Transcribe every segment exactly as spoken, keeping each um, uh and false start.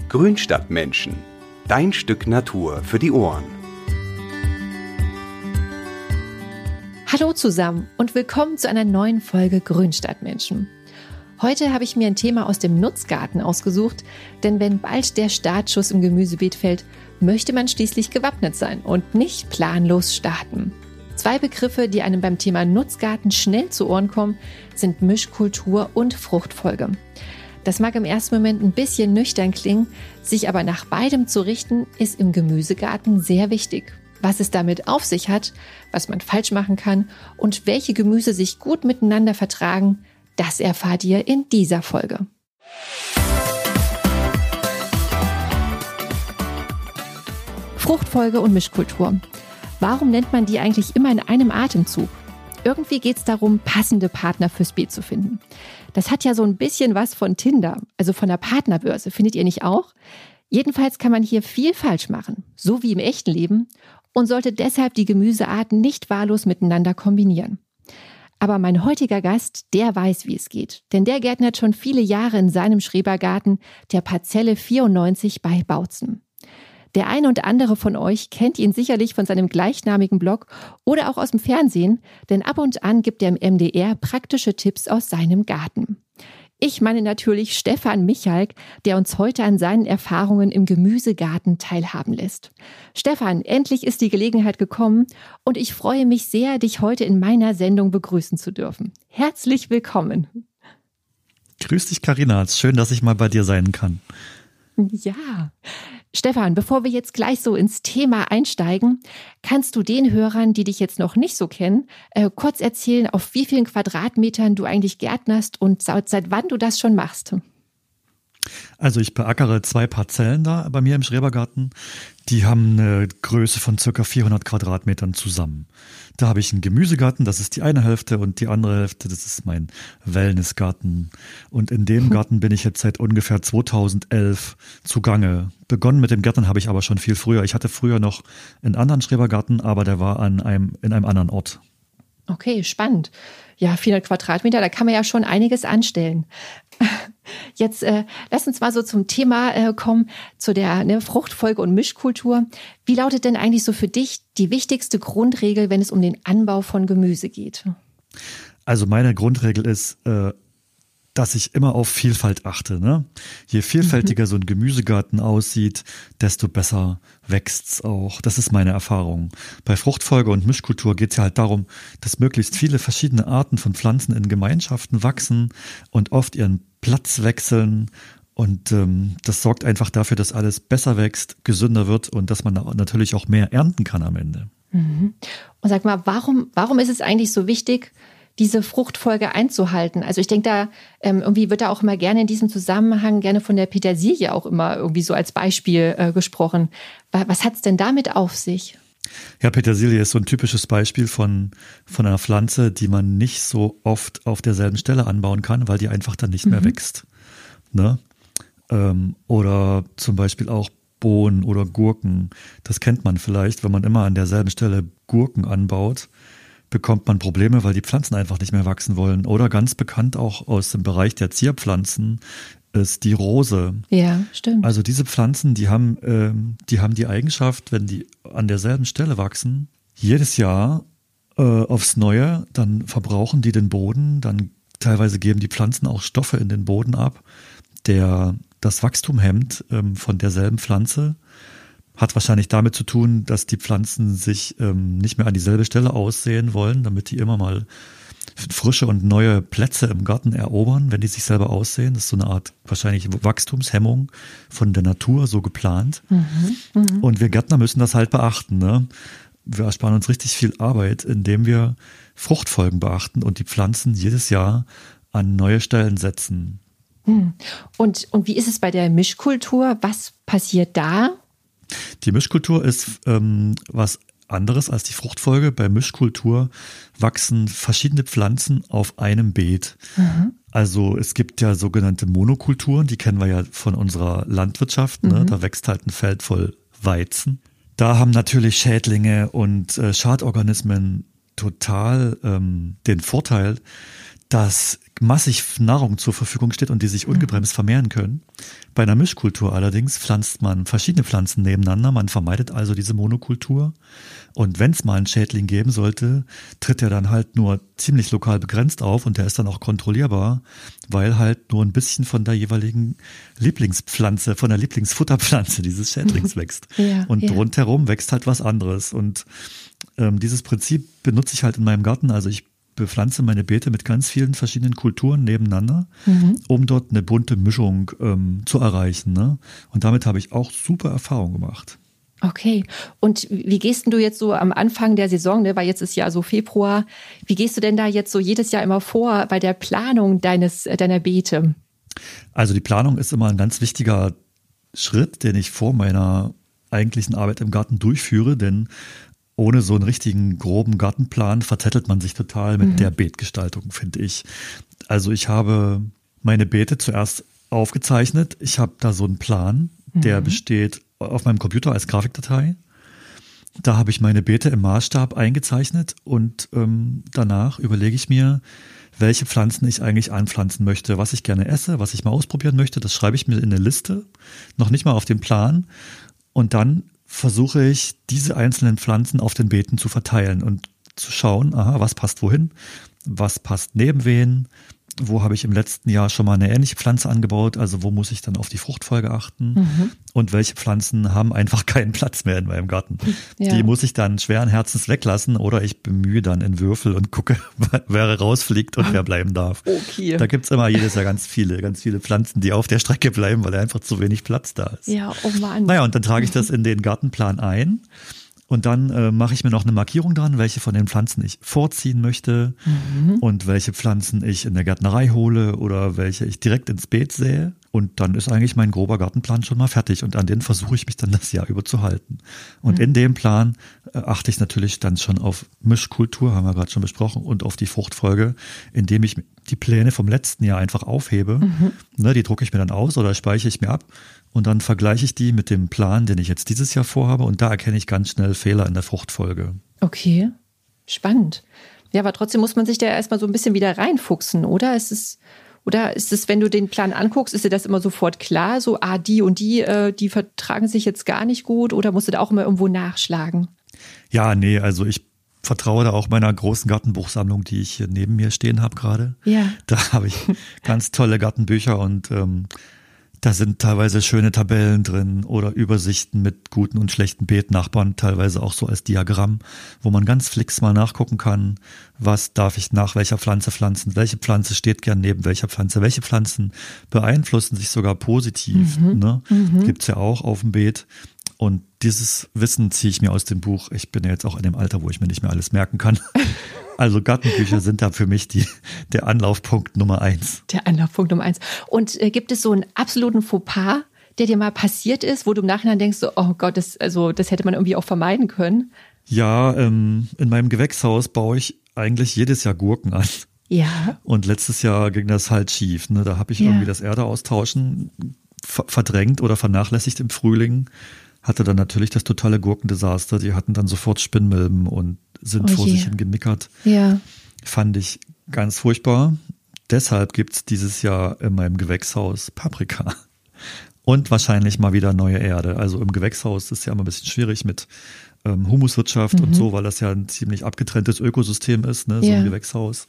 Grünstadtmenschen. Dein Stück Natur für die Ohren. Hallo zusammen und willkommen zu einer neuen Folge Grünstadtmenschen. Heute habe ich mir ein Thema aus dem Nutzgarten ausgesucht, denn wenn bald der Startschuss im Gemüsebeet fällt, möchte man schließlich gewappnet sein und nicht planlos starten. Zwei Begriffe, die einem beim Thema Nutzgarten schnell zu Ohren kommen, sind Mischkultur und Fruchtfolge. Das mag im ersten Moment ein bisschen nüchtern klingen, sich aber nach beidem zu richten, ist im Gemüsegarten sehr wichtig. Was es damit auf sich hat, was man falsch machen kann und welche Gemüse sich gut miteinander vertragen, das erfahrt ihr in dieser Folge. Fruchtfolge und Mischkultur. Warum nennt man die eigentlich immer in einem Atemzug? Irgendwie geht es darum, passende Partner fürs Beet zu finden. Das hat ja so ein bisschen was von Tinder, also von der Partnerbörse, findet ihr nicht auch? Jedenfalls kann man hier viel falsch machen, so wie im echten Leben, und sollte deshalb die Gemüsearten nicht wahllos miteinander kombinieren. Aber mein heutiger Gast, der weiß, wie es geht, denn der gärtnert schon viele Jahre in seinem Schrebergarten, der Parzelle vierundneunzig bei Bautzen. Der eine und andere von euch kennt ihn sicherlich von seinem gleichnamigen Blog oder auch aus dem Fernsehen, denn ab und an gibt er im M D R praktische Tipps aus seinem Garten. Ich meine natürlich Stefan Michalk, der uns heute an seinen Erfahrungen im Gemüsegarten teilhaben lässt. Stefan, endlich ist die Gelegenheit gekommen und ich freue mich sehr, dich heute in meiner Sendung begrüßen zu dürfen. Herzlich willkommen. Grüß dich, Carina. Schön, dass ich mal bei dir sein kann. Ja. Stefan, bevor wir jetzt gleich so ins Thema einsteigen, kannst du den Hörern, die dich jetzt noch nicht so kennen, äh, kurz erzählen, auf wie vielen Quadratmetern du eigentlich gärtnerst und seit, seit wann du das schon machst? Also ich beackere zwei Parzellen da bei mir im Schrebergarten. Die haben eine Größe von circa vierhundert Quadratmetern zusammen. Da habe ich einen Gemüsegarten, das ist die eine Hälfte, und die andere Hälfte, das ist mein Wellnessgarten. Und in dem Garten bin ich jetzt seit ungefähr zweitausendelf zugange. Begonnen mit dem Gärtnern habe ich aber schon viel früher. Ich hatte früher noch einen anderen Schrebergarten, aber der war an einem, in einem anderen Ort. Okay, spannend. Ja, vierhundert Quadratmeter, da kann man ja schon einiges anstellen. Jetzt äh, lass uns mal so zum Thema äh, kommen, zu der ne, Fruchtfolge und Mischkultur. Wie lautet denn eigentlich so für dich die wichtigste Grundregel, wenn es um den Anbau von Gemüse geht? Also meine Grundregel ist, äh, dass ich immer auf Vielfalt achte. Ne? Je vielfältiger mhm. so ein Gemüsegarten aussieht, desto besser wächst's auch. Das ist meine Erfahrung. Bei Fruchtfolge und Mischkultur geht es ja halt darum, dass möglichst viele verschiedene Arten von Pflanzen in Gemeinschaften wachsen und oft ihren Platz wechseln. Und ähm, das sorgt einfach dafür, dass alles besser wächst, gesünder wird und dass man natürlich auch mehr ernten kann am Ende. Mhm. Und sag mal, warum, warum ist es eigentlich so wichtig, diese Fruchtfolge einzuhalten? Also ich denke, da ähm, irgendwie wird da auch immer gerne in diesem Zusammenhang gerne von der Petersilie auch immer irgendwie so als Beispiel äh, gesprochen. Was hat's denn damit auf sich? Ja, Petersilie ist so ein typisches Beispiel von, von einer Pflanze, die man nicht so oft auf derselben Stelle anbauen kann, weil die einfach dann nicht mhm. mehr wächst. Ne? Ähm, oder zum Beispiel auch Bohnen oder Gurken. Das kennt man vielleicht, wenn man immer an derselben Stelle Gurken anbaut, bekommt man Probleme, weil die Pflanzen einfach nicht mehr wachsen wollen. Oder ganz bekannt auch aus dem Bereich der Zierpflanzen ist die Rose. Ja, stimmt. Also diese Pflanzen, die haben, ähm, die haben die Eigenschaft, wenn die an derselben Stelle wachsen, jedes Jahr äh, aufs Neue, dann verbrauchen die den Boden, dann teilweise geben die Pflanzen auch Stoffe in den Boden ab, der das Wachstum hemmt ähm, von derselben Pflanze. Hat wahrscheinlich damit zu tun, dass die Pflanzen sich ähm, nicht mehr an dieselbe Stelle aussehen wollen, damit die immer mal frische und neue Plätze im Garten erobern, wenn die sich selber aussehen. Das ist so eine Art wahrscheinlich Wachstumshemmung von der Natur so geplant. Mhm, mh. Und wir Gärtner müssen das halt beachten. Ne? Wir ersparen uns richtig viel Arbeit, indem wir Fruchtfolgen beachten und die Pflanzen jedes Jahr an neue Stellen setzen. Und, und wie ist es bei der Mischkultur? Was passiert da? Die Mischkultur ist ähm, was anderes als die Fruchtfolge. Bei Mischkultur wachsen verschiedene Pflanzen auf einem Beet. Mhm. Also es gibt ja sogenannte Monokulturen, die kennen wir ja von unserer Landwirtschaft. Ne? Mhm. Da wächst halt ein Feld voll Weizen. Da haben natürlich Schädlinge und äh, Schadorganismen total ähm, den Vorteil, dass massig Nahrung zur Verfügung steht und die sich ungebremst vermehren können. Bei einer Mischkultur allerdings pflanzt man verschiedene Pflanzen nebeneinander. Man vermeidet also diese Monokultur. Und wenn es mal einen Schädling geben sollte, tritt er dann halt nur ziemlich lokal begrenzt auf und der ist dann auch kontrollierbar, weil halt nur ein bisschen von der jeweiligen Lieblingspflanze, von der Lieblingsfutterpflanze dieses Schädlings wächst. Ja, und ja. rundherum wächst halt was anderes. Und ähm, dieses Prinzip benutze ich halt in meinem Garten. Also ich bepflanze meine Beete mit ganz vielen verschiedenen Kulturen nebeneinander, mhm. um dort eine bunte Mischung ähm, zu erreichen. Ne? Und damit habe ich auch super Erfahrung gemacht. Okay. Und wie gehst denn du jetzt so am Anfang der Saison, ne, weil jetzt ist ja so Februar, wie gehst du denn da jetzt so jedes Jahr immer vor bei der Planung deines deiner Beete? Also die Planung ist immer ein ganz wichtiger Schritt, den ich vor meiner eigentlichen Arbeit im Garten durchführe, denn ohne so einen richtigen groben Gartenplan verzettelt man sich total mit mhm. der Beetgestaltung, finde ich. Also ich habe meine Beete zuerst aufgezeichnet. Ich habe da so einen Plan, der mhm. besteht auf meinem Computer als Grafikdatei. Da habe ich meine Beete im Maßstab eingezeichnet und ähm, danach überlege ich mir, welche Pflanzen ich eigentlich anpflanzen möchte, was ich gerne esse, was ich mal ausprobieren möchte. Das schreibe ich mir in eine Liste, noch nicht mal auf den Plan. Und dann versuche ich, diese einzelnen Pflanzen auf den Beeten zu verteilen und zu schauen, aha, was passt wohin, was passt neben wen, wo habe ich im letzten Jahr schon mal eine ähnliche Pflanze angebaut, also wo muss ich dann auf die Fruchtfolge achten mhm. und welche Pflanzen haben einfach keinen Platz mehr in meinem Garten. Ja. Die muss ich dann schweren Herzens weglassen oder ich bemühe dann in Würfel und gucke, wer rausfliegt und wer bleiben darf. Okay. Da gibt's immer jedes Jahr ganz viele, ganz viele Pflanzen, die auf der Strecke bleiben, weil einfach zu wenig Platz da ist. Ja, oh Mann. Naja, und dann trage ich das in den Gartenplan ein. Und dann äh, mache ich mir noch eine Markierung dran, welche von den Pflanzen ich vorziehen möchte mhm. und welche Pflanzen ich in der Gärtnerei hole oder welche ich direkt ins Beet sähe. Und dann ist eigentlich mein grober Gartenplan schon mal fertig und an den versuche ich mich dann das Jahr über zu halten. Und mhm. in dem Plan äh, achte ich natürlich dann schon auf Mischkultur, haben wir gerade schon besprochen, und auf die Fruchtfolge, indem ich die Pläne vom letzten Jahr einfach aufhebe. Mhm. Ne, die drucke ich mir dann aus oder speichere ich mir ab. Und dann vergleiche ich die mit dem Plan, den ich jetzt dieses Jahr vorhabe. Und da erkenne ich ganz schnell Fehler in der Fruchtfolge. Okay, spannend. Ja, aber trotzdem muss man sich da erstmal so ein bisschen wieder reinfuchsen, oder? Ist es, oder ist es, wenn du den Plan anguckst, ist dir das immer sofort klar? So, ah, die und die, äh, die vertragen sich jetzt gar nicht gut? Oder musst du da auch immer irgendwo nachschlagen? Ja, nee, also ich vertraue da auch meiner großen Gartenbuchsammlung, die ich hier neben mir stehen habe gerade. Ja. Da habe ich ganz tolle Gartenbücher und ähm, da sind teilweise schöne Tabellen drin oder Übersichten mit guten und schlechten Beetnachbarn, teilweise auch so als Diagramm, wo man ganz fix mal nachgucken kann, was darf ich nach welcher Pflanze pflanzen, welche Pflanze steht gern neben welcher Pflanze, welche Pflanzen beeinflussen sich sogar positiv, mhm. ne? Mhm. Gibt's ja auch auf dem Beet. Und dieses Wissen ziehe ich mir aus dem Buch. Ich bin ja jetzt auch in dem Alter, wo ich mir nicht mehr alles merken kann. Also Gartenbücher sind da für mich die, der Anlaufpunkt Nummer eins. Der Anlaufpunkt Nummer eins. Und äh, gibt es so einen absoluten Fauxpas, der dir mal passiert ist, wo du im Nachhinein denkst, so, oh Gott, das, also, das hätte man irgendwie auch vermeiden können? Ja, ähm, in meinem Gewächshaus baue ich eigentlich jedes Jahr Gurken an. Ja. Und letztes Jahr ging das halt schief. Ne? Da habe ich ja. irgendwie das Erdeaustauschen ver- verdrängt oder vernachlässigt im Frühling. Hatte dann natürlich das totale Gurkendesaster. Die hatten dann sofort Spinnmilben und sind oh vor sich hin genickert. Ja. Fand ich ganz furchtbar. Deshalb gibt's dieses Jahr in meinem Gewächshaus Paprika. Und wahrscheinlich mal wieder neue Erde. Also im Gewächshaus ist ja immer ein bisschen schwierig mit ähm, Humuswirtschaft mhm. und so, weil das ja ein ziemlich abgetrenntes Ökosystem ist, ne, so ja. ein Gewächshaus.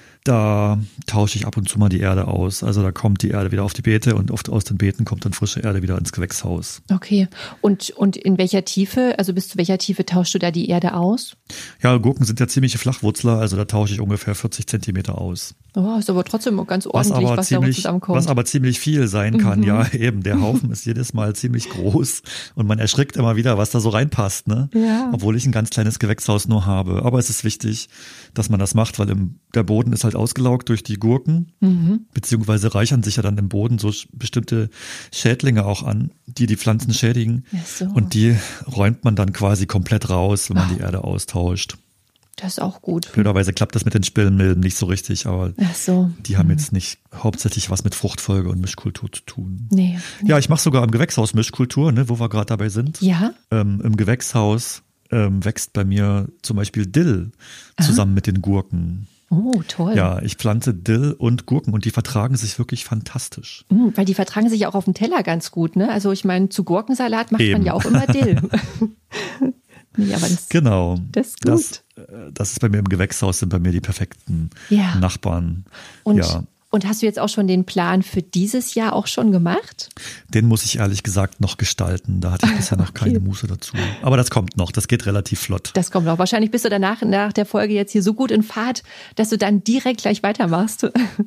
Da tausche ich ab und zu mal die Erde aus. Also da kommt die Erde wieder auf die Beete und oft aus den Beeten kommt dann frische Erde wieder ins Gewächshaus. Okay. Und, und in welcher Tiefe, also bis zu welcher Tiefe tauschst du da die Erde aus? Ja, Gurken sind ja ziemliche Flachwurzler, also da tausche ich ungefähr vierzig Zentimeter aus. Oh, ist aber trotzdem ganz ordentlich, was, was da zusammenkommt. Was aber ziemlich viel sein kann, mhm. ja eben. Der Haufen ist jedes Mal ziemlich groß und man erschrickt immer wieder, was da so reinpasst, ne? Ja. Obwohl ich ein ganz kleines Gewächshaus nur habe. Aber es ist wichtig, dass man das macht, weil im, der Boden ist halt ausgelaugt durch die Gurken, mhm. beziehungsweise reichern sich ja dann im Boden so bestimmte Schädlinge auch an, die die Pflanzen schädigen. Ja, so. Und die räumt man dann quasi komplett raus, wenn man oh. die Erde austauscht. Das ist auch gut. Blöderweise klappt das mit den Spinnmilben nicht so richtig, aber Ach so. die haben jetzt nicht hauptsächlich was mit Fruchtfolge und Mischkultur zu tun. Nee. nee. Ja, ich mache sogar im Gewächshaus Mischkultur, ne, wo wir gerade dabei sind. Ja. Ähm, im Gewächshaus ähm, wächst bei mir zum Beispiel Dill zusammen Aha. mit den Gurken. Oh, toll. Ja, ich pflanze Dill und Gurken und die vertragen sich wirklich fantastisch. Mhm, weil die vertragen sich ja auch auf dem Teller ganz gut, ne? Also ich meine, zu Gurkensalat macht Eben. man ja auch immer Dill. Nee, aber das, genau. Das ist gut. Das, das ist bei mir im Gewächshaus, sind bei mir die perfekten ja. Nachbarn. Und, ja. und hast du jetzt auch schon den Plan für dieses Jahr auch schon gemacht? Den muss ich ehrlich gesagt noch gestalten. Da hatte ich bisher noch keine okay. Muße dazu. Aber das kommt noch. Das geht relativ flott. Das kommt noch. Wahrscheinlich bist du danach nach der Folge jetzt hier so gut in Fahrt, dass du dann direkt gleich weitermachst.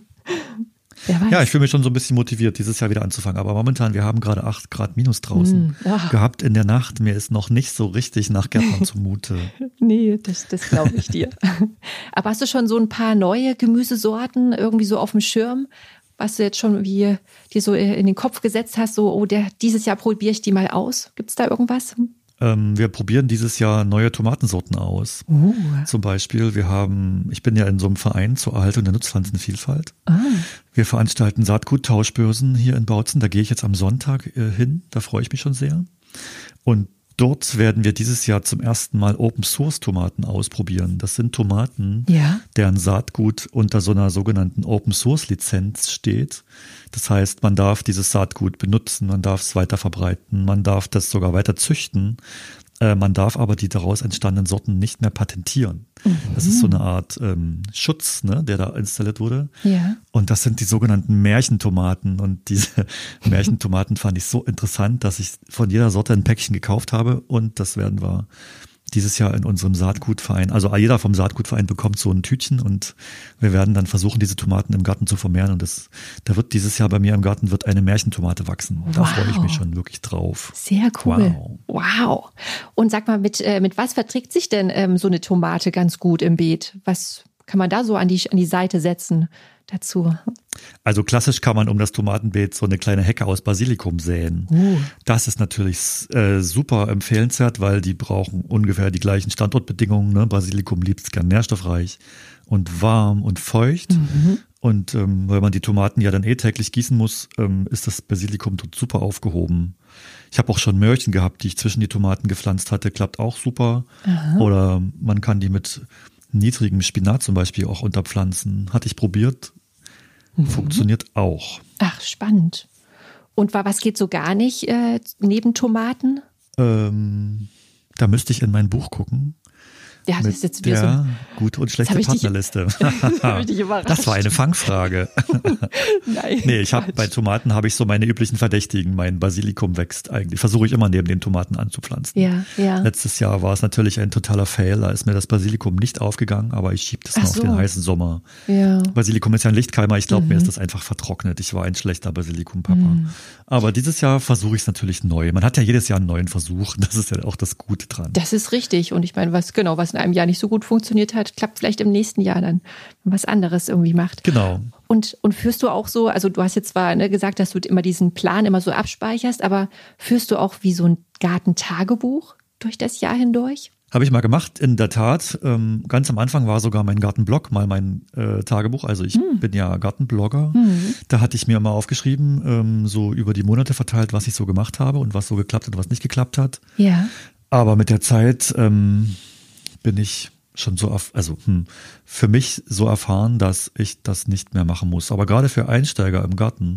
Wer weiß. Ja, ich fühle mich schon so ein bisschen motiviert, dieses Jahr wieder anzufangen. Aber momentan, wir haben gerade acht Grad minus draußen mm, oh. gehabt in der Nacht. Mir ist noch nicht so richtig nach Gärtnern zumute. Nee, das, das glaube ich dir. Aber hast du schon so ein paar neue Gemüsesorten irgendwie so auf dem Schirm, was du jetzt schon wie dir so in den Kopf gesetzt hast, so, oh, der, dieses Jahr probiere ich die mal aus? Gibt es da irgendwas? Ähm, wir probieren dieses Jahr neue Tomatensorten aus. Uh. Zum Beispiel, wir haben, ich bin ja in so einem Verein zur Erhaltung der Nutzpflanzenvielfalt. Ah. Wir veranstalten Saatguttauschbörsen hier in Bautzen. Da gehe ich jetzt am Sonntag äh, hin. Da freue ich mich schon sehr. Und dort werden wir dieses Jahr zum ersten Mal Open-Source-Tomaten ausprobieren. Das sind Tomaten, ja. deren Saatgut unter so einer sogenannten Open-Source-Lizenz steht. Das heißt, man darf dieses Saatgut benutzen, man darf es weiter verbreiten, man darf das sogar weiter züchten. Äh, man darf aber die daraus entstandenen Sorten nicht mehr patentieren. Mhm. Das ist so eine Art ähm, Schutz, ne, der da installiert wurde. Ja. Und das sind die sogenannten Märchentomaten. Und diese Märchentomaten fand ich so interessant, dass ich von jeder Sorte ein Päckchen gekauft habe. Und das werden wir dieses Jahr in unserem Saatgutverein, also jeder vom Saatgutverein bekommt so ein Tütchen und wir werden dann versuchen, diese Tomaten im Garten zu vermehren. Und das, da wird dieses Jahr bei mir im Garten wird eine Märchentomate wachsen. Da wow. freue ich mich schon wirklich drauf. Sehr cool. Wow. Wow. Und sag mal, mit, äh, mit was verträgt sich denn ähm, so eine Tomate ganz gut im Beet? Was kann man da so an die, an die Seite setzen dazu? Also klassisch kann man um das Tomatenbeet so eine kleine Hecke aus Basilikum säen. Uh. Das ist natürlich äh, super empfehlenswert, weil die brauchen ungefähr die gleichen Standortbedingungen. Ne? Basilikum liebt es gern nährstoffreich und warm und feucht. Mhm. Und ähm, weil man die Tomaten ja dann eh täglich gießen muss, ähm, ist das Basilikum dort super aufgehoben. Ich habe auch schon Möhrchen gehabt, die ich zwischen die Tomaten gepflanzt hatte. Klappt auch super. Aha. Oder man kann die mit niedrigem Spinat zum Beispiel auch unterpflanzen. Hatte ich probiert. Mhm. Funktioniert auch. Ach, spannend. Und was geht so gar nicht äh, neben Tomaten? Ähm, da müsste ich in mein Buch gucken. Ja, das mit ist jetzt wieder der so. gute und schlechte Partnerliste. Dich, das, dich das war eine Fangfrage. Nein. Nee, ich habe bei Tomaten habe ich so meine üblichen Verdächtigen. Mein Basilikum wächst eigentlich. Versuche ich immer neben den Tomaten anzupflanzen. Ja, ja. Letztes Jahr war es natürlich ein totaler Fail. Da ist mir das Basilikum nicht aufgegangen, aber ich schiebe das Ach mal so. auf den heißen Sommer. Ja. Basilikum ist ja ein Lichtkeimer. Ich glaube, Mhm. mir ist das einfach vertrocknet. Ich war ein schlechter Basilikum-Papa. Mhm. Aber dieses Jahr versuche ich es natürlich neu. Man hat ja jedes Jahr einen neuen Versuch. Das ist ja auch das Gute dran. Das ist richtig. Und ich meine, was genau, was in einem Jahr nicht so gut funktioniert hat, klappt vielleicht im nächsten Jahr dann, wenn man was anderes irgendwie macht. Genau. Und, und führst du auch so, also du hast jetzt zwar ne, gesagt, dass du immer diesen Plan immer so abspeicherst, aber führst du auch wie so ein Gartentagebuch durch das Jahr hindurch? Habe ich mal gemacht, in der Tat. Ähm, ganz am Anfang war sogar mein Gartenblog mal mein äh, Tagebuch. Also ich hm. bin ja Gartenblogger. Hm. Da hatte ich mir mal aufgeschrieben, ähm, so über die Monate verteilt, was ich so gemacht habe und was so geklappt hat und was nicht geklappt hat. Ja. Aber mit der Zeit ähm, bin ich schon so, also hm, für mich so erfahren, dass ich das nicht mehr machen muss. Aber gerade für Einsteiger im Garten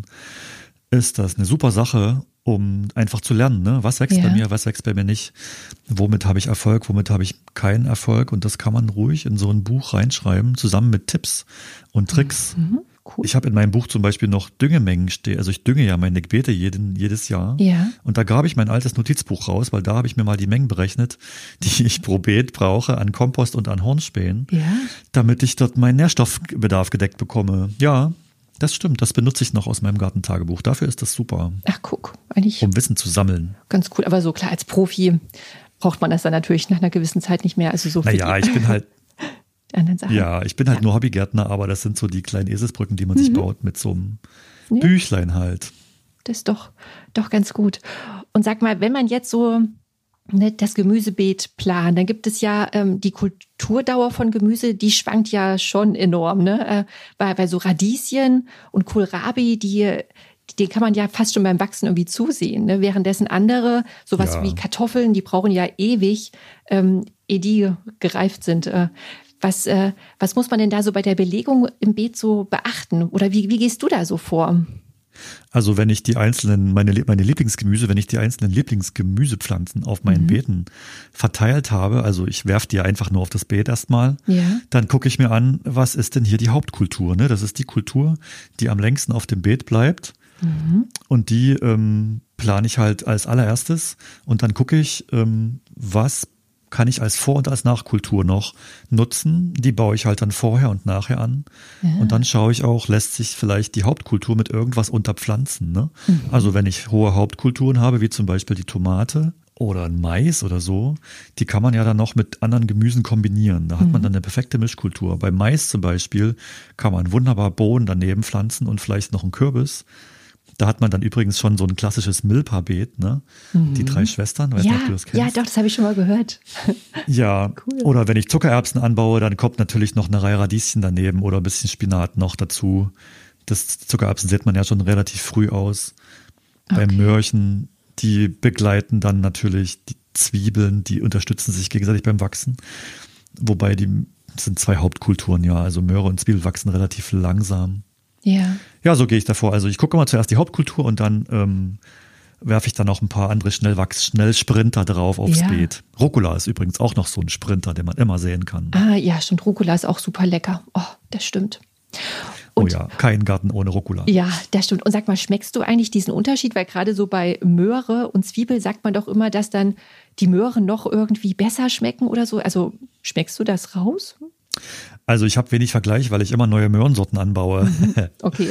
ist das eine super Sache, um einfach zu lernen, ne? Was wächst ja. bei mir, was wächst bei mir nicht, womit habe ich Erfolg, womit habe ich keinen Erfolg, und das kann man ruhig in so ein Buch reinschreiben, zusammen mit Tipps und Tricks. Mhm. Cool. Ich habe in meinem Buch zum Beispiel noch Düngemengen stehen, also ich dünge ja meine Beete jeden, jedes Jahr. Ja. Und da grabe ich mein altes Notizbuch raus, weil da habe ich mir mal die Mengen berechnet, die ich pro Beet brauche an Kompost und an Hornspänen, Ja. damit ich dort meinen Nährstoffbedarf gedeckt bekomme. Ja, das stimmt, das benutze ich noch aus meinem Gartentagebuch. Dafür ist das super. Ach, guck, eigentlich um Wissen zu sammeln. Ganz cool, aber so klar, als Profi braucht man das dann natürlich nach einer gewissen Zeit nicht mehr. Also so für Naja, die ich bin halt anderen Sachen. Ja, ich bin halt ja. nur Hobbygärtner, aber das sind so die kleinen Eselsbrücken, die man mhm. sich baut mit so einem ja. Büchlein halt. Das ist doch, doch ganz gut. Und sag mal, wenn man jetzt so ne, das Gemüsebeet plant, dann gibt es ja ähm, die Kulturdauer von Gemüse, die schwankt ja schon enorm. Ne? Äh, bei, bei so Radieschen und Kohlrabi, die den kann man ja fast schon beim Wachsen irgendwie zusehen. Ne? Währenddessen andere, sowas ja. wie Kartoffeln, die brauchen ja ewig, ähm, ehe die gereift sind. Äh, Was, äh, was muss man denn da so bei der Belegung im Beet so beachten? Oder wie, wie gehst du da so vor? Also wenn ich die einzelnen, meine, meine Lieblingsgemüse, wenn ich die einzelnen Lieblingsgemüsepflanzen auf meinen mhm. Beeten verteilt habe, also ich werfe die einfach nur auf das Beet erstmal, ja. dann gucke ich mir an, was ist denn hier die Hauptkultur? Ne? Das ist die Kultur, die am längsten auf dem Beet bleibt mhm. und die ähm, plane ich halt als allererstes und dann gucke ich, ähm, was kann ich als Vor- und als Nachkultur noch nutzen. Die baue ich halt dann vorher und nachher an. Ja. Und dann schaue ich auch, lässt sich vielleicht die Hauptkultur mit irgendwas unterpflanzen. Ne? Mhm. Also wenn ich hohe Hauptkulturen habe, wie zum Beispiel die Tomate oder ein Mais oder so, die kann man ja dann noch mit anderen Gemüsen kombinieren. Da hat mhm. man dann eine perfekte Mischkultur. Bei Mais zum Beispiel kann man wunderbar Bohnen daneben pflanzen und vielleicht noch einen Kürbis. Da hat man dann übrigens schon so ein klassisches Milpa-Beet, ne? Mhm. Die drei Schwestern, weiß ja, nicht, ob du das kennst. Ja, doch, das habe ich schon mal gehört. Ja, cool. Oder wenn ich Zuckererbsen anbaue, dann kommt natürlich noch eine Reihe Radieschen daneben oder ein bisschen Spinat noch dazu. Das Zuckererbsen sieht man ja schon relativ früh aus. Okay. Bei Möhrchen, die begleiten dann natürlich die Zwiebeln, die unterstützen sich gegenseitig beim Wachsen. Wobei die sind zwei Hauptkulturen, ja. Also Möhre und Zwiebel wachsen relativ langsam. Ja. Ja, so gehe ich davor. Also ich gucke mal zuerst die Hauptkultur und dann ähm, werfe ich dann noch ein paar andere Schnellwachs, Schnellsprinter drauf aufs ja. Beet. Rucola ist übrigens auch noch so ein Sprinter, den man immer sehen kann. Ah ja, stimmt. Rucola ist auch super lecker. Oh, das stimmt. Und, oh ja, kein Garten ohne Rucola. Ja, das stimmt. Und sag mal, schmeckst du eigentlich diesen Unterschied? Weil gerade so bei Möhre und Zwiebel sagt man doch immer, dass dann die Möhren noch irgendwie besser schmecken oder so. Also schmeckst du das raus? Also ich habe wenig Vergleich, weil ich immer neue Möhrensorten anbaue. Okay.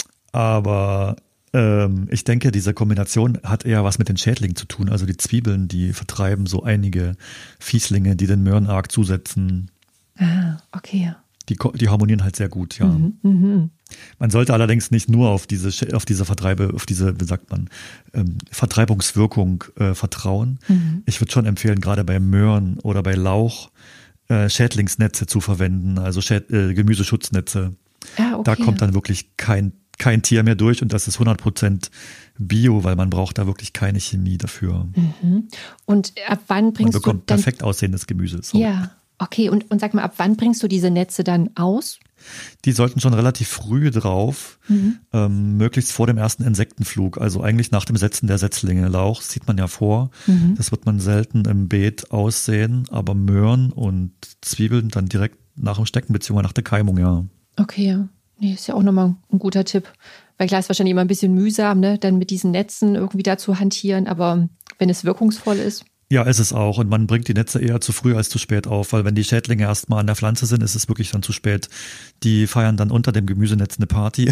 Aber ähm, ich denke, diese Kombination hat eher was mit den Schädlingen zu tun. Also die Zwiebeln, die vertreiben so einige Fieslinge, die den Möhren arg zusetzen. Ah, okay. Die, die harmonieren halt sehr gut, ja. Mhm, mh. Man sollte allerdings nicht nur auf diese, auf diese Vertreibe, auf diese, wie sagt man, ähm, Vertreibungswirkung äh, vertrauen. Mhm. Ich würde schon empfehlen, gerade bei Möhren oder bei Lauch, äh, Schädlingsnetze zu verwenden, also Schäd, äh, Gemüseschutznetze. Ah, okay. Da kommt dann wirklich kein, kein Tier mehr durch und das ist hundert Prozent Bio, weil man braucht da wirklich keine Chemie dafür. Mhm. Und ab wann bringst man bekommt du dann perfekt aussehendes Gemüse. So. Ja, okay. Und, und sag mal, ab wann bringst du diese Netze dann aus? Die sollten schon relativ früh drauf, mhm. ähm, möglichst vor dem ersten Insektenflug, also eigentlich nach dem Setzen der Setzlinge. Lauch sieht man ja vor, mhm. das wird man selten im Beet aussehen, aber Möhren und Zwiebeln dann direkt nach dem Stecken beziehungsweise nach der Keimung, ja. Okay, nee, ist ja auch nochmal ein guter Tipp, weil klar ist wahrscheinlich immer ein bisschen mühsam, ne, dann mit diesen Netzen irgendwie da zu hantieren, aber wenn es wirkungsvoll ist. Ja, ist es auch. Und man bringt die Netze eher zu früh als zu spät auf, weil wenn die Schädlinge erstmal an der Pflanze sind, ist es wirklich dann zu spät. Die feiern dann unter dem Gemüsenetz eine Party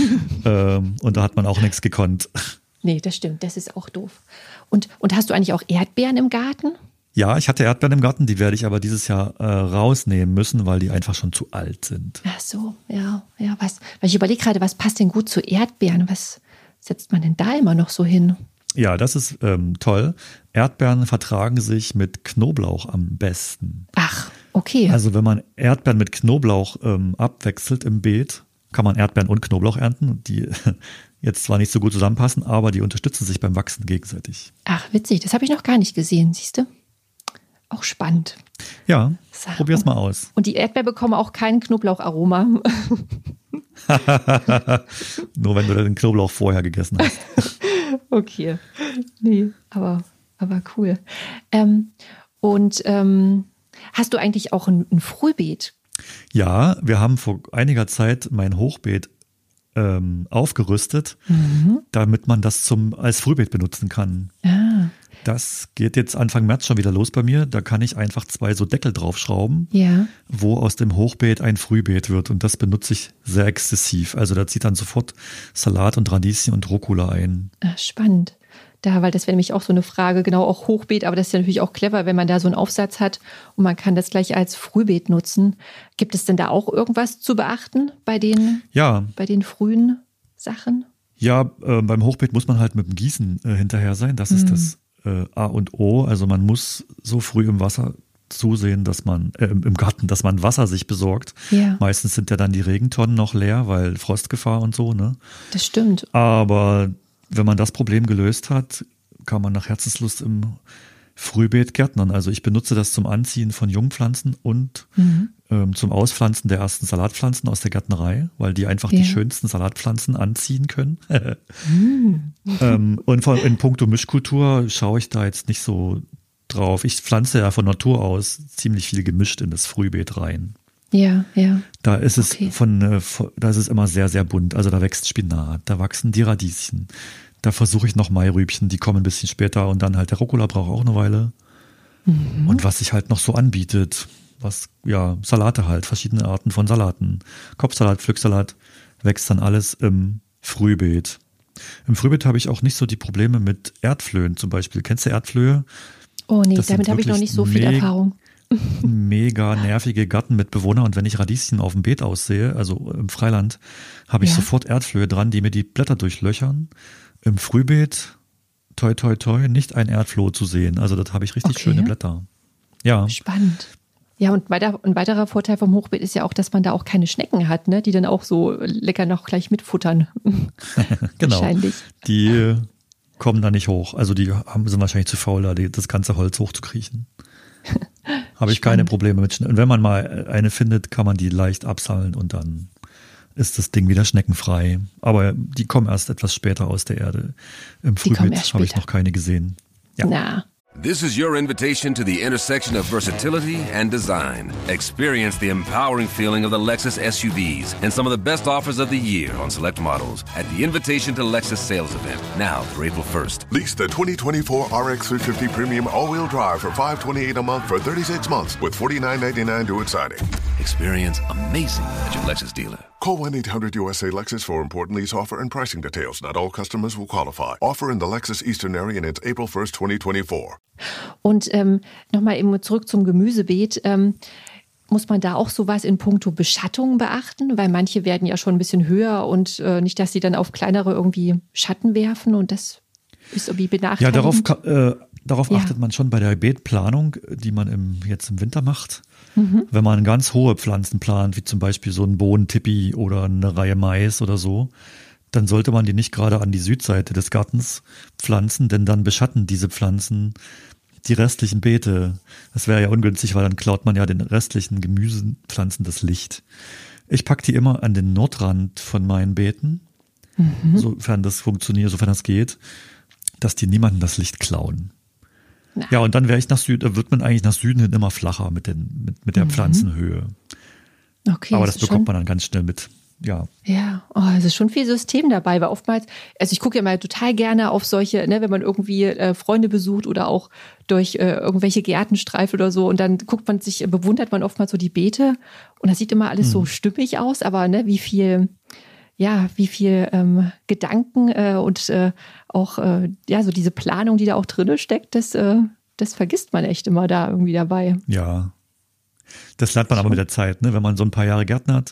ähm, und da hat man auch nichts gekonnt. Nee, das stimmt. Das ist auch doof. Und, und hast du eigentlich auch Erdbeeren im Garten? Ja, ich hatte Erdbeeren im Garten, die werde ich aber dieses Jahr äh, rausnehmen müssen, weil die einfach schon zu alt sind. Ach so, ja, ja, was? Weil ich überlege gerade, was passt denn gut zu Erdbeeren? Was setzt man denn da immer noch so hin? Ja, das ist ähm, toll. Erdbeeren vertragen sich mit Knoblauch am besten. Ach, okay. Also wenn man Erdbeeren mit Knoblauch ähm, abwechselt im Beet, kann man Erdbeeren und Knoblauch ernten, die jetzt zwar nicht so gut zusammenpassen, aber die unterstützen sich beim Wachsen gegenseitig. Ach, witzig. Das habe ich noch gar nicht gesehen, siehst du? Auch spannend. Ja, probier's mal aus. Und die Erdbeeren bekommen auch kein Knoblaucharoma. Nur wenn du den Knoblauch vorher gegessen hast. Okay, nee, aber, aber cool. Ähm, und ähm, hast du eigentlich auch ein, ein Frühbeet? Ja, wir haben vor einiger Zeit mein Hochbeet ähm, aufgerüstet, mhm. damit man das zum als Frühbeet benutzen kann. Ah. Das geht jetzt Anfang März schon wieder los bei mir. Da kann ich einfach zwei so Deckel draufschrauben, ja. wo aus dem Hochbeet ein Frühbeet wird. Und das benutze ich sehr exzessiv. Also da zieht dann sofort Salat und Radieschen und Rucola ein. Ach, spannend. Da, weil das wäre nämlich auch so eine Frage, genau auch Hochbeet, aber das ist ja natürlich auch clever, wenn man da so einen Aufsatz hat und man kann das gleich als Frühbeet nutzen. Gibt es denn da auch irgendwas zu beachten bei den, ja. bei den frühen Sachen? Ja, äh, beim Hochbeet muss man halt mit dem Gießen äh, hinterher sein. Das ist mhm. das äh, A und O. Also man muss so früh im Wasser zusehen, dass man äh, im Garten, dass man Wasser sich besorgt. Ja. Meistens sind ja dann die Regentonnen noch leer, weil Frostgefahr und so, ne? Das stimmt. Aber wenn man das Problem gelöst hat, kann man nach Herzenslust im Frühbeetgärtnern. Also ich benutze das zum Anziehen von Jungpflanzen und mhm. ähm, zum Auspflanzen der ersten Salatpflanzen aus der Gärtnerei, weil die einfach ja. die schönsten Salatpflanzen anziehen können. mhm. ähm, und von, in puncto Mischkultur schaue ich da jetzt nicht so drauf. Ich pflanze ja von Natur aus ziemlich viel gemischt in das Frühbeet rein. Ja, ja. Da ist es okay. von, äh, da ist es immer sehr, sehr bunt. Also da wächst Spinat, da wachsen die Radieschen. Da versuche ich noch Mairübchen, die kommen ein bisschen später und dann halt der Rucola braucht auch eine Weile. Mhm. Und was sich halt noch so anbietet, was, ja, Salate halt, verschiedene Arten von Salaten. Kopfsalat, Pflücksalat, wächst dann alles im Frühbeet. Im Frühbeet habe ich auch nicht so die Probleme mit Erdflöhen zum Beispiel. Kennst du Erdflöhe? Oh nee, das damit habe ich noch nicht so viel Erfahrung. Mega nervige Gartenmitbewohner und wenn ich Radieschen auf dem Beet aussehe, also im Freiland, habe ich ja. sofort Erdflöhe dran, die mir die Blätter durchlöchern. Im Frühbeet, toi toi toi, nicht ein Erdfloh zu sehen. Also das habe ich richtig okay. schöne Blätter. Ja. Spannend. Ja, und weiter, ein weiterer Vorteil vom Hochbeet ist ja auch, dass man da auch keine Schnecken hat, ne, die dann auch so lecker noch gleich mitfuttern. Genau. Wahrscheinlich. Die kommen da nicht hoch. Also die haben, sind wahrscheinlich zu faul, da das ganze Holz hochzukriechen. Habe ich keine Probleme mit Schnecken. Und wenn man mal eine findet, kann man die leicht absammeln und dann ist das Ding wieder schneckenfrei. Aber die kommen erst etwas später aus der Erde. Im Frühbeet habe ich noch keine gesehen. Ja. Na. This is your invitation to the intersection of versatility and design. Experience the empowering feeling of the Lexus S U Vs and some of the best offers of the year on select models at the Invitation to Lexus sales event, now through April first. Lease the twenty twenty-four R X three fifty Premium All-Wheel Drive for five hundred twenty-eight dollars a month for thirty-six months with forty-nine ninety-nine due at signing. Experience amazing at your Lexus dealer. Call one eight hundred U S A Lexus for important lease offer and pricing details. Not all customers will qualify. Offer in the Lexus Eastern area and it's April first, twenty twenty-four. Und ähm, nochmal eben zurück zum Gemüsebeet. Ähm, muss man da auch sowas in puncto Beschattung beachten? Weil manche werden ja schon ein bisschen höher und äh, nicht, dass sie dann auf kleinere irgendwie Schatten werfen und das ist irgendwie benachteiligend. Ja, darauf, äh, darauf ja. achtet man schon bei der Beetplanung, die man im, jetzt im Winter macht. Mhm. Wenn man ganz hohe Pflanzen plant, wie zum Beispiel so ein Bohnentippi oder eine Reihe Mais oder so, dann sollte man die nicht gerade an die Südseite des Gartens pflanzen, denn dann beschatten diese Pflanzen die restlichen Beete. Das wäre ja ungünstig, weil dann klaut man ja den restlichen Gemüsepflanzen das Licht. Ich packe die immer an den Nordrand von meinen Beeten, mhm. sofern das funktioniert, sofern das geht, dass die niemanden das Licht klauen. Na. Ja, und dann wäre ich nach Süden, wird man eigentlich nach Süden hin immer flacher mit, den, mit, mit der mhm. Pflanzenhöhe. Okay, aber das, das bekommt man dann ganz schnell mit. Ja. Ja, oh, es ist schon viel System dabei, weil oftmals, also ich gucke ja mal total gerne auf solche, ne, wenn man irgendwie äh, Freunde besucht oder auch durch äh, irgendwelche Gärten streift oder so und dann guckt man sich, bewundert man oftmals so die Beete und das sieht immer alles hm. so stimmig aus, aber ne, wie viel, ja, wie viel ähm, Gedanken äh, und äh, auch, äh, ja, so diese Planung, die da auch drin steckt, das, äh, das vergisst man echt immer da irgendwie dabei. Ja, das lernt man aber mit der Zeit, ne, wenn man so ein paar Jahre Gärtner hat,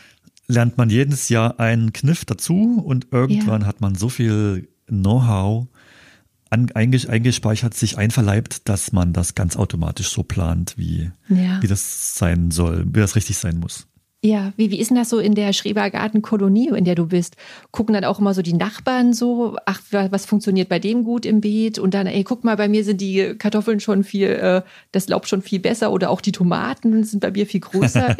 lernt man jedes Jahr einen Kniff dazu und irgendwann ja. hat man so viel Know-how eingespeichert, sich einverleibt, dass man das ganz automatisch so plant, wie, ja. wie das sein soll, wie das richtig sein muss. Ja, wie, wie ist denn das so in der Schrebergartenkolonie, in der du bist? Gucken dann auch immer so die Nachbarn so, ach, was funktioniert bei dem gut im Beet? Und dann, ey, guck mal, bei mir sind die Kartoffeln schon viel, äh, das Laub schon viel besser oder auch die Tomaten sind bei mir viel größer.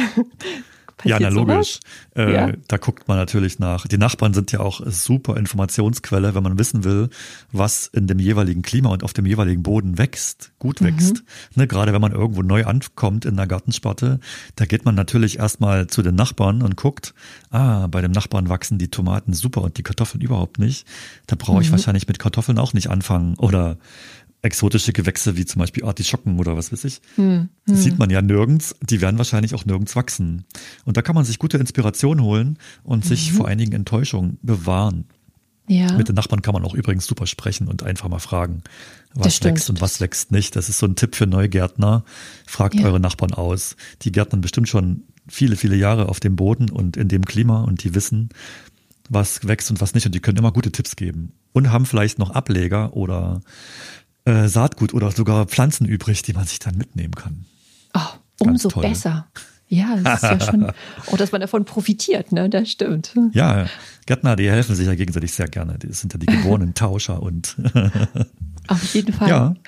Ja, na logisch. Äh, ja. Da guckt man natürlich nach. Die Nachbarn sind ja auch super Informationsquelle, wenn man wissen will, was in dem jeweiligen Klima und auf dem jeweiligen Boden wächst, gut wächst. Mhm. Ne, gerade wenn man irgendwo neu ankommt in der Gartensparte, da geht man natürlich erstmal zu den Nachbarn und guckt, ah, bei dem Nachbarn wachsen die Tomaten super und die Kartoffeln überhaupt nicht. Da brauche ich mhm. wahrscheinlich mit Kartoffeln auch nicht anfangen oder exotische Gewächse wie zum Beispiel Artischocken oder was weiß ich. Hm, hm. Sieht man ja nirgends. Die werden wahrscheinlich auch nirgends wachsen. Und da kann man sich gute Inspiration holen und mhm. sich vor einigen Enttäuschungen bewahren. Ja. Mit den Nachbarn kann man auch übrigens super sprechen und einfach mal fragen, was wächst und was wächst nicht. Das ist so ein Tipp für Neugärtner. Fragt ja. eure Nachbarn aus. Die gärtnern bestimmt schon viele, viele Jahre auf dem Boden und in dem Klima und die wissen, was wächst und was nicht. Und die können immer gute Tipps geben. Und haben vielleicht noch Ableger oder Äh, Saatgut oder sogar Pflanzen übrig, die man sich dann mitnehmen kann. Oh, umso besser. Ja, das ist ja schon, oh, dass man davon profitiert, ne? Das stimmt. Ja, Gärtner, die helfen sich ja gegenseitig sehr gerne. Die sind ja die geborenen Tauscher und auf jeden Fall. Ja,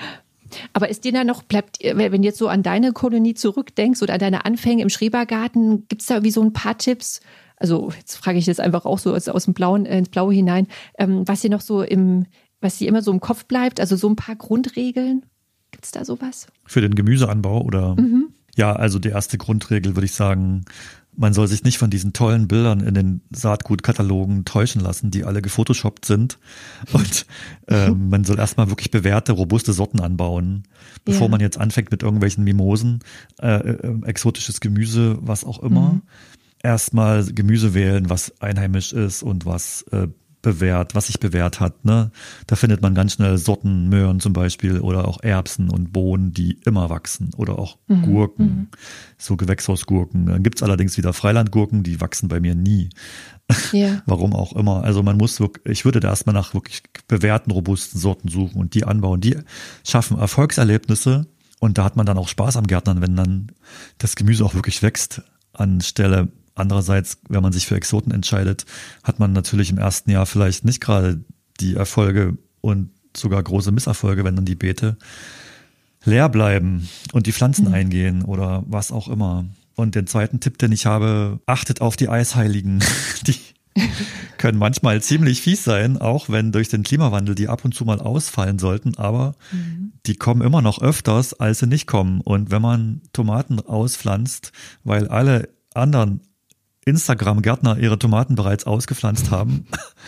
Aber ist dir da noch, bleibt, wenn du jetzt so an deine Kolonie zurückdenkst oder an deine Anfänge im Schrebergarten, gibt es da irgendwie so ein paar Tipps? Also jetzt frage ich das einfach auch so aus, aus dem Blauen ins Blaue hinein, ähm, was dir noch so im, was dir immer so im Kopf bleibt, also so ein paar Grundregeln? Gibt es da sowas? Für den Gemüseanbau oder? Mhm. Ja, also die erste Grundregel würde ich sagen, man soll sich nicht von diesen tollen Bildern in den Saatgutkatalogen täuschen lassen, die alle gefotoshoppt sind. Und ähm, man soll erstmal wirklich bewährte, robuste Sorten anbauen, bevor ja. man jetzt anfängt mit irgendwelchen Mimosen, äh, äh, exotisches Gemüse, was auch immer. Mhm. Erstmal Gemüse wählen, was einheimisch ist und was äh, bewährt, was sich bewährt hat. Ne? Da findet man ganz schnell Sorten, Möhren zum Beispiel oder auch Erbsen und Bohnen, die immer wachsen oder auch mhm. Gurken, mhm. so Gewächshausgurken. Dann gibt's allerdings wieder Freilandgurken, die wachsen bei mir nie. Ja. Warum auch immer. Also man muss wirklich, ich würde da erstmal nach wirklich bewährten, robusten Sorten suchen und die anbauen. Die schaffen Erfolgserlebnisse und da hat man dann auch Spaß am Gärtnern, wenn dann das Gemüse auch wirklich wächst anstelle. Andererseits, wenn man sich für Exoten entscheidet, hat man natürlich im ersten Jahr vielleicht nicht gerade die Erfolge und sogar große Misserfolge, wenn dann die Beete leer bleiben und die Pflanzen mhm. eingehen oder was auch immer. Und den zweiten Tipp, den ich habe, achtet auf die Eisheiligen. Die können manchmal ziemlich fies sein, auch wenn durch den Klimawandel die ab und zu mal ausfallen sollten, aber mhm. die kommen immer noch öfters, als sie nicht kommen. Und wenn man Tomaten auspflanzt, weil alle anderen Instagram-Gärtner ihre Tomaten bereits ausgepflanzt haben.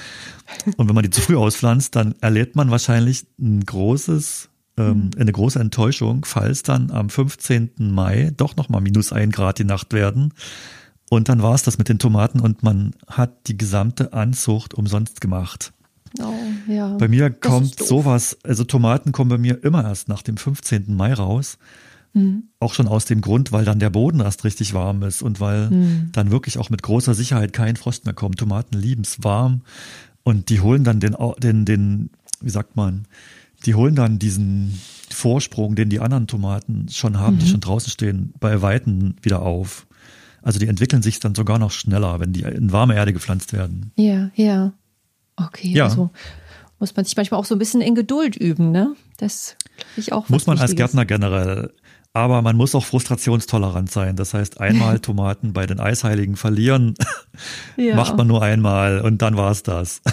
Und wenn man die zu früh auspflanzt, dann erlebt man wahrscheinlich ein großes, ähm, eine große Enttäuschung, falls dann am fünfzehnten Mai doch nochmal minus ein Grad die Nacht werden. Und dann war es das mit den Tomaten und man hat die gesamte Anzucht umsonst gemacht. Oh, ja. Bei mir kommt sowas, also Tomaten kommen bei mir immer erst nach dem fünfzehnten Mai raus. Mhm. Auch schon aus dem Grund, weil dann der Boden erst richtig warm ist und weil mhm. dann wirklich auch mit großer Sicherheit kein Frost mehr kommt. Tomaten lieben es warm und die holen dann den, den, den, wie sagt man, die holen dann diesen Vorsprung, den die anderen Tomaten schon haben, mhm. die schon draußen stehen, bei Weitem wieder auf. Also die entwickeln sich dann sogar noch schneller, wenn die in warme Erde gepflanzt werden. Ja, ja. Okay, ja. Also muss man sich manchmal auch so ein bisschen in Geduld üben, ne? Das ich auch. Muss man als Gärtner generell. Aber man muss auch frustrationstolerant sein. Das heißt, einmal Tomaten bei den Eisheiligen verlieren, ja. macht man nur einmal und dann war es das.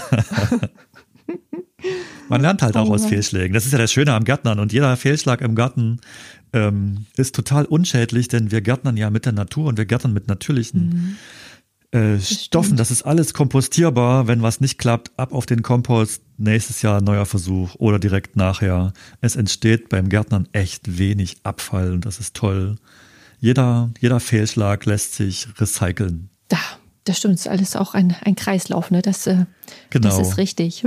Man lernt halt auch aus Fehlschlägen. Das ist ja das Schöne am Gärtnern. Und jeder Fehlschlag im Garten ähm, ist total unschädlich, denn wir gärtnern ja mit der Natur und wir gärtnern mit natürlichen mhm. Äh, Stoffen, das ist alles kompostierbar. Wenn was nicht klappt, ab auf den Kompost, nächstes Jahr neuer Versuch oder direkt nachher. Es entsteht beim Gärtnern echt wenig Abfall und das ist toll. Jeder, jeder Fehlschlag lässt sich recyceln. Da, das stimmt, das ist alles auch ein, ein Kreislauf, ne? Das, äh, genau. Das ist richtig.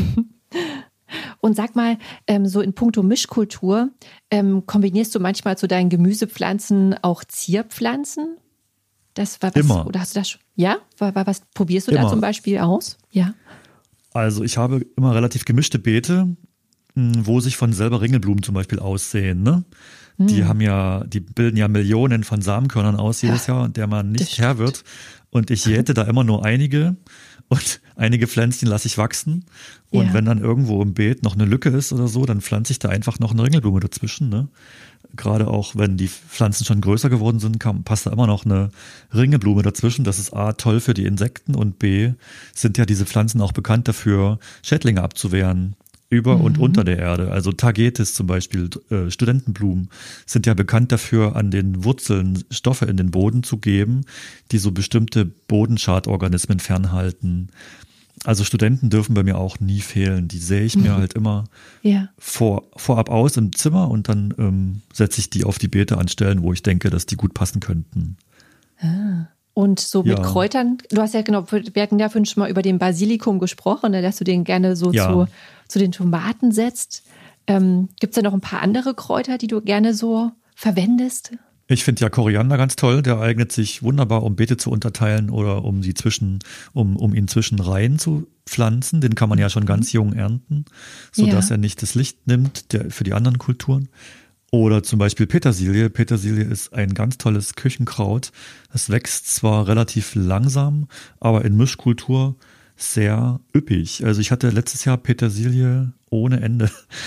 Und sag mal, ähm, so in puncto Mischkultur, ähm, kombinierst du manchmal zu deinen Gemüsepflanzen auch Zierpflanzen? Das war was, immer. Oder hast du das schon? Ja? War, war was, probierst du immer. Da zum Beispiel aus? Ja. Also ich habe immer relativ gemischte Beete, wo sich von selber Ringelblumen zum Beispiel aussehen. Ne? Hm. Die haben ja, die bilden ja Millionen von Samenkörnern aus jedes ja, Jahr, der man nicht Herr wird. Und ich jäte da immer nur einige und einige Pflänzchen lasse ich wachsen. Und ja. wenn dann irgendwo im Beet noch eine Lücke ist oder so, dann pflanze ich da einfach noch eine Ringelblume dazwischen. Ne? Gerade auch, wenn die Pflanzen schon größer geworden sind, kann, passt da immer noch eine Ringelblume dazwischen. Das ist A, toll für die Insekten und B, sind ja diese Pflanzen auch bekannt dafür, Schädlinge abzuwehren. Über und mhm. unter der Erde. Also Tagetes zum Beispiel, äh, Studentenblumen sind ja bekannt dafür, an den Wurzeln Stoffe in den Boden zu geben, die so bestimmte Bodenschadorganismen fernhalten. Also Studenten dürfen bei mir auch nie fehlen. Die sähe ich mir mhm. halt immer ja. vor, vorab aus im Zimmer und dann ähm, setze ich die auf die Beete an Stellen, wo ich denke, dass die gut passen könnten. Ah. Und so mit ja. Kräutern, du hast ja genau, wir hatten ja vorhin schon mal über den Basilikum gesprochen, dass du den gerne so ja. zu, zu den Tomaten setzt. Ähm, Gibt es da noch ein paar andere Kräuter, die du gerne so verwendest? Ich finde ja Koriander ganz toll, der eignet sich wunderbar, um Beete zu unterteilen oder um sie zwischen, um, um ihn zwischen Reihen zu pflanzen. Den kann man ja schon ganz jung ernten, sodass ja. er nicht das Licht nimmt der, für die anderen Kulturen. Oder zum Beispiel Petersilie. Petersilie ist ein ganz tolles Küchenkraut. Es wächst zwar relativ langsam, aber in Mischkultur sehr üppig. Also ich hatte letztes Jahr Petersilie ohne Ende.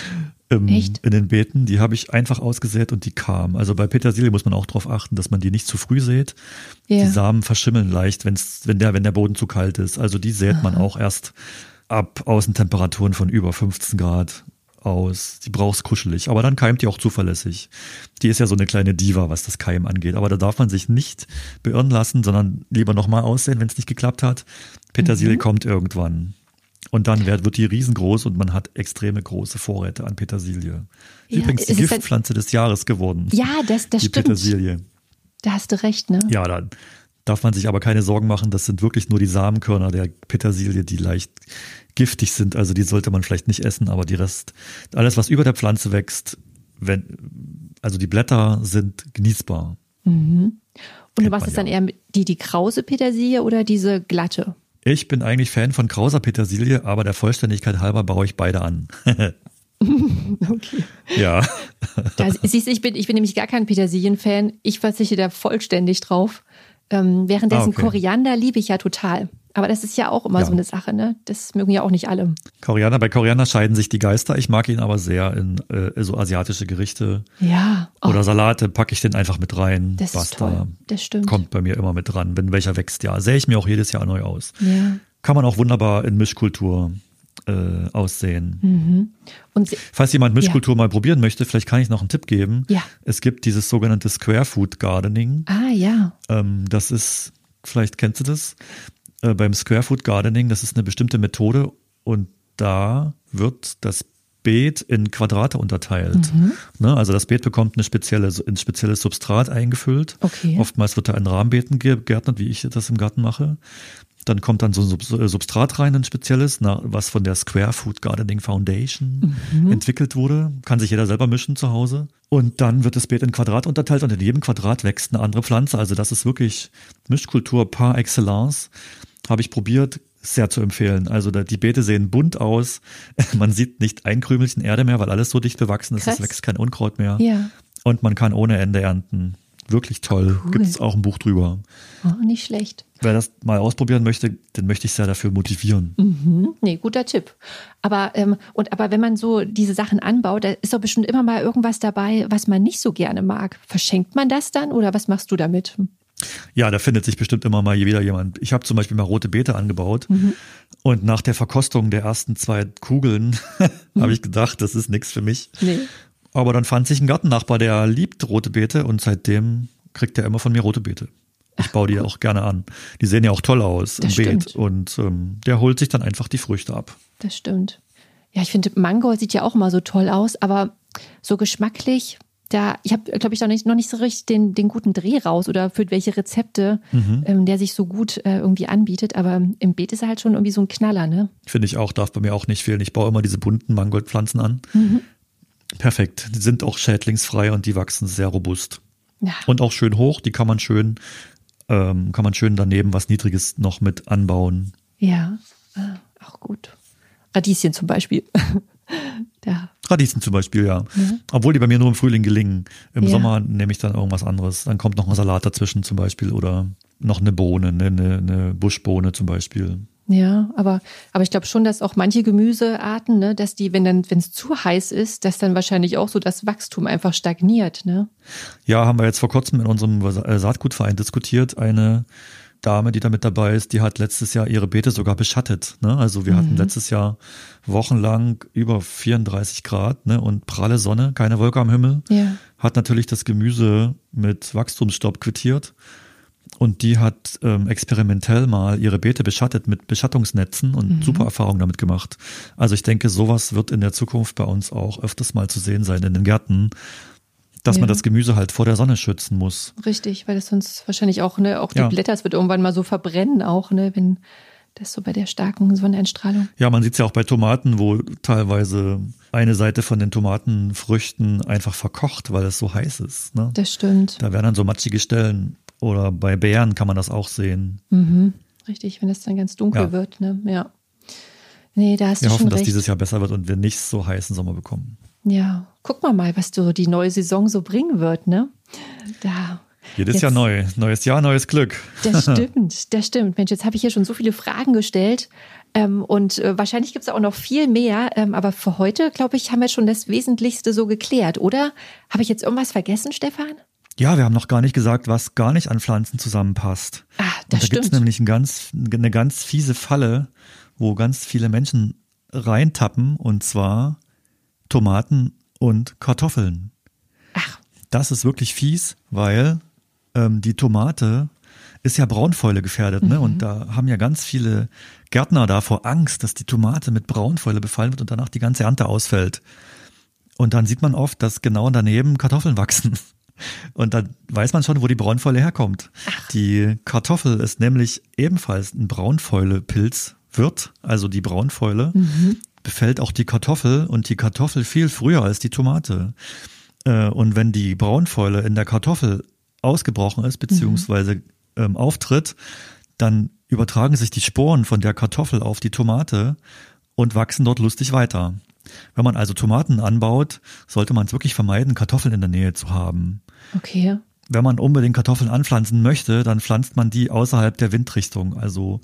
im, Echt? in den Beeten. Die habe ich einfach ausgesät und die kamen. Also bei Petersilie muss man auch darauf achten, dass man die nicht zu früh sät. Ja. Die Samen verschimmeln leicht, wenn's, wenn, der, wenn der Boden zu kalt ist. Also die sät man auch erst ab Außentemperaturen von über fünfzehn Grad aus. Die braucht's kuschelig, aber dann keimt die auch zuverlässig. Die ist ja so eine kleine Diva, was das Keimen angeht. Aber da darf man sich nicht beirren lassen, sondern lieber nochmal aussehen, wenn es nicht geklappt hat. Petersilie mhm. kommt irgendwann. Und dann wird, wird die riesengroß und man hat extreme große Vorräte an Petersilie. Ja, Übrigens die Giftpflanze des Jahres geworden. Ja, das, das die stimmt. Petersilie. Da hast du recht, ne? Ja, dann darf man sich aber keine Sorgen machen. Das sind wirklich nur die Samenkörner der Petersilie, die leicht giftig sind. Also die sollte man vielleicht nicht essen, aber die Rest, alles was über der Pflanze wächst, wenn, also die Blätter sind genießbar. Mhm. Und du machst es ja. dann eher die, die krause Petersilie oder diese glatte? Ich bin eigentlich Fan von krauser Petersilie, aber der Vollständigkeit halber baue ich beide an. Okay. Ja. Da, siehst du, ich bin, ich bin nämlich gar kein Petersilien-Fan. Ich verzichte da vollständig drauf. Ähm, währenddessen Ah, okay. Koriander liebe ich ja total. Aber das ist ja auch immer Ja. so eine Sache, ne? Das mögen ja auch nicht alle. Koriander, bei Koriander scheiden sich die Geister. Ich mag ihn aber sehr in äh, so asiatische Gerichte Ja. Oh, oder Salate, packe ich den einfach mit rein. das ist Basta. toll. Das stimmt. Kommt bei mir immer mit dran. Wenn welcher wächst, ja. Sähe ich mir auch jedes Jahr neu aus. Ja. Kann man auch wunderbar in Mischkultur äh, aussehen. Mhm. Und se- Falls jemand Mischkultur mal probieren möchte, vielleicht kann ich noch einen Tipp geben. Ja. Es gibt dieses sogenannte Square Food Gardening. ah, ja. Ähm, das ist, vielleicht kennst du das, äh, beim Square Food Gardening, das ist eine bestimmte Methode und da wird das Beet in Quadrate unterteilt. Mhm. Ne, also das Beet bekommt eine spezielle, ein spezielles Substrat eingefüllt. Okay. Oftmals wird da in Rahmenbeeten gegärtnet, wie ich das im Garten mache. Dann kommt dann so ein Sub- Substrat rein, ein spezielles, na, was von der Square Food Gardening Foundation Mhm. entwickelt wurde. Kann sich jeder selber mischen zu Hause. Und dann wird das Beet in Quadrat unterteilt und in jedem Quadrat wächst eine andere Pflanze. Also das ist wirklich Mischkultur par excellence. Habe ich probiert, sehr zu empfehlen. Also da, die Beete sehen bunt aus. Man sieht nicht ein Krümelchen Erde mehr, weil alles so dicht bewachsen ist. Krass. Es wächst kein Unkraut mehr. Ja. Und man kann ohne Ende ernten. Wirklich toll. Cool. Gibt es auch ein Buch drüber. Oh, nicht schlecht. Wer das mal ausprobieren möchte, den möchte ich sehr dafür motivieren. Mhm. Nee, guter Tipp. Aber, ähm, und, aber wenn man so diese Sachen anbaut, da ist doch bestimmt immer mal irgendwas dabei, was man nicht so gerne mag. Verschenkt man das dann oder was machst du damit? Ja, da findet sich bestimmt immer mal wieder jemand. Ich habe zum Beispiel mal rote Beete angebaut Mhm. und nach der Verkostung der ersten zwei Kugeln habe ich gedacht, das ist nichts für mich. Nee. Aber dann fand sich ein Gartennachbar, der liebt rote Beete und seitdem kriegt er immer von mir rote Beete. Ich baue die auch gerne an. Die sehen ja auch toll aus Das im Beet stimmt. und ähm, der holt sich dann einfach die Früchte ab. Das stimmt. Ja, ich finde, Mangold sieht ja auch immer so toll aus, aber so geschmacklich, da, ich habe, glaube ich, noch nicht, noch nicht so richtig den, den guten Dreh raus oder für welche Rezepte, Mhm. ähm, der sich so gut äh, irgendwie anbietet. Aber im Beet ist er halt schon irgendwie so ein Knaller, ne? Finde ich auch, darf bei mir auch nicht fehlen. Ich baue immer diese bunten Mangoldpflanzen an. Mhm. Perfekt. Die sind auch schädlingsfrei und die wachsen sehr robust. Ja. Und auch schön hoch. Die kann man schön, ähm, kann man schön daneben was Niedriges noch mit anbauen. Ja, ah, auch gut. Radieschen zum Beispiel. Da. Radieschen zum Beispiel, ja. Mhm. Obwohl die bei mir nur im Frühling gelingen. Im Ja. Sommer nehme ich dann irgendwas anderes. Dann kommt noch ein Salat dazwischen zum Beispiel oder noch eine Bohne, eine, eine, eine Buschbohne zum Beispiel. Ja, aber, aber ich glaube schon, dass auch manche Gemüsearten, ne, dass die, wenn dann, wenn es zu heiß ist, dass dann wahrscheinlich auch so das Wachstum einfach stagniert, ne? Ja, haben wir jetzt vor kurzem in unserem Sa- Saatgutverein diskutiert. Eine Dame, die da mit dabei ist, die hat letztes Jahr ihre Beete sogar beschattet. Ne? Also wir hatten letztes Jahr wochenlang über vierunddreißig Grad, ne? Und pralle Sonne, keine Wolke am Himmel. Ja. Hat natürlich das Gemüse mit Wachstumsstopp quittiert. Und die hat ähm, experimentell mal ihre Beete beschattet mit Beschattungsnetzen und Mhm. super Erfahrungen damit gemacht. Also ich denke, sowas wird in der Zukunft bei uns auch öfters mal zu sehen sein in den Gärten, dass Ja. man das Gemüse halt vor der Sonne schützen muss. Richtig, weil das sonst wahrscheinlich auch, ne, auch die Ja. Blätter, es wird irgendwann mal so verbrennen auch, ne, wenn das so bei der starken Sonneneinstrahlung. Ja, man sieht es ja auch bei Tomaten, wo teilweise eine Seite von den Tomatenfrüchten einfach verkocht, weil es so heiß ist. Ne? Das stimmt. Da werden dann so matschige Stellen. Oder bei Beeren kann man das auch sehen. Mhm. Richtig, wenn es dann ganz dunkel Ja. wird, ne, ja. Nee, da hast Wir du hoffen, schon dass recht. dieses Jahr besser wird und wir nicht so heißen Sommer bekommen. Ja, guck mal mal, was so die neue Saison so bringen wird, ne? Da. Jedes Jetzt- Jahr neu. Neues Jahr, neues Glück. Das stimmt, das stimmt. Mensch, jetzt habe ich hier schon so viele Fragen gestellt. Ähm, und äh, wahrscheinlich gibt es auch noch viel mehr. Ähm, aber für heute, glaube ich, haben wir schon das Wesentlichste so geklärt, oder? Habe ich jetzt irgendwas vergessen, Stefan? Ja, wir haben noch gar nicht gesagt, was gar nicht an Pflanzen zusammenpasst. Ah, das und da stimmt. gibt es nämlich ein ganz, eine ganz fiese Falle, wo ganz viele Menschen reintappen, und zwar Tomaten und Kartoffeln. Ach. Das ist wirklich fies, weil ähm, die Tomate ist ja Braunfäule gefährdet, ne? Mhm. Und da haben ja ganz viele Gärtner davor Angst, dass die Tomate mit Braunfäule befallen wird und danach die ganze Ernte ausfällt. Und dann sieht man oft, dass genau daneben Kartoffeln wachsen. Und dann weiß man schon, wo die Braunfäule herkommt. Ach. Die Kartoffel ist nämlich ebenfalls ein Braunfäulepilz, wird, also die Braunfäule, mhm. befällt auch die Kartoffel, und die Kartoffel viel früher als die Tomate. Und wenn die Braunfäule in der Kartoffel ausgebrochen ist, beziehungsweise ähm, auftritt, dann übertragen sich die Sporen von der Kartoffel auf die Tomate und wachsen dort lustig weiter. Wenn man also Tomaten anbaut, sollte man es wirklich vermeiden, Kartoffeln in der Nähe zu haben. Okay. Wenn man unbedingt Kartoffeln anpflanzen möchte, dann pflanzt man die außerhalb der Windrichtung, also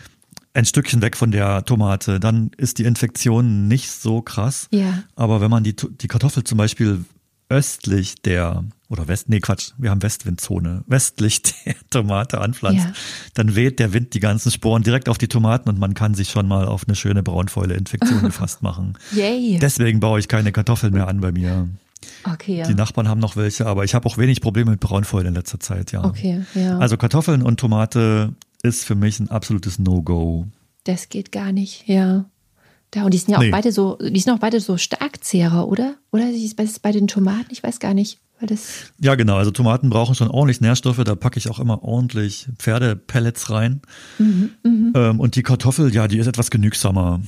ein Stückchen weg von der Tomate. Dann ist die Infektion nicht so krass. Ja. Aber wenn man die, die Kartoffel zum Beispiel östlich der, oder West, nee Quatsch, wir haben Westwindzone, westlich der Tomate anpflanzt, Ja. dann weht der Wind die ganzen Sporen direkt auf die Tomaten und man kann sich schon mal auf eine schöne Braunfäule-Infektion gefasst machen. Yay. Deswegen baue ich keine Kartoffeln mehr an bei mir. Okay, ja. Die Nachbarn haben noch welche, aber ich habe auch wenig Probleme mit Braunfäule in letzter Zeit, ja. Okay, ja. Also Kartoffeln und Tomate ist für mich ein absolutes No-Go. Das geht gar nicht, ja. Da, und die sind ja auch Nee. beide so, die sind auch beide so Starkzehrer, oder? Oder ist es bei den Tomaten? Ich weiß gar nicht. Weil das Ja, genau. Also Tomaten brauchen schon ordentlich Nährstoffe. Da packe ich auch immer ordentlich Pferdepellets rein. mhm, mhm. Ähm, und die Kartoffel, ja, die ist etwas genügsamer.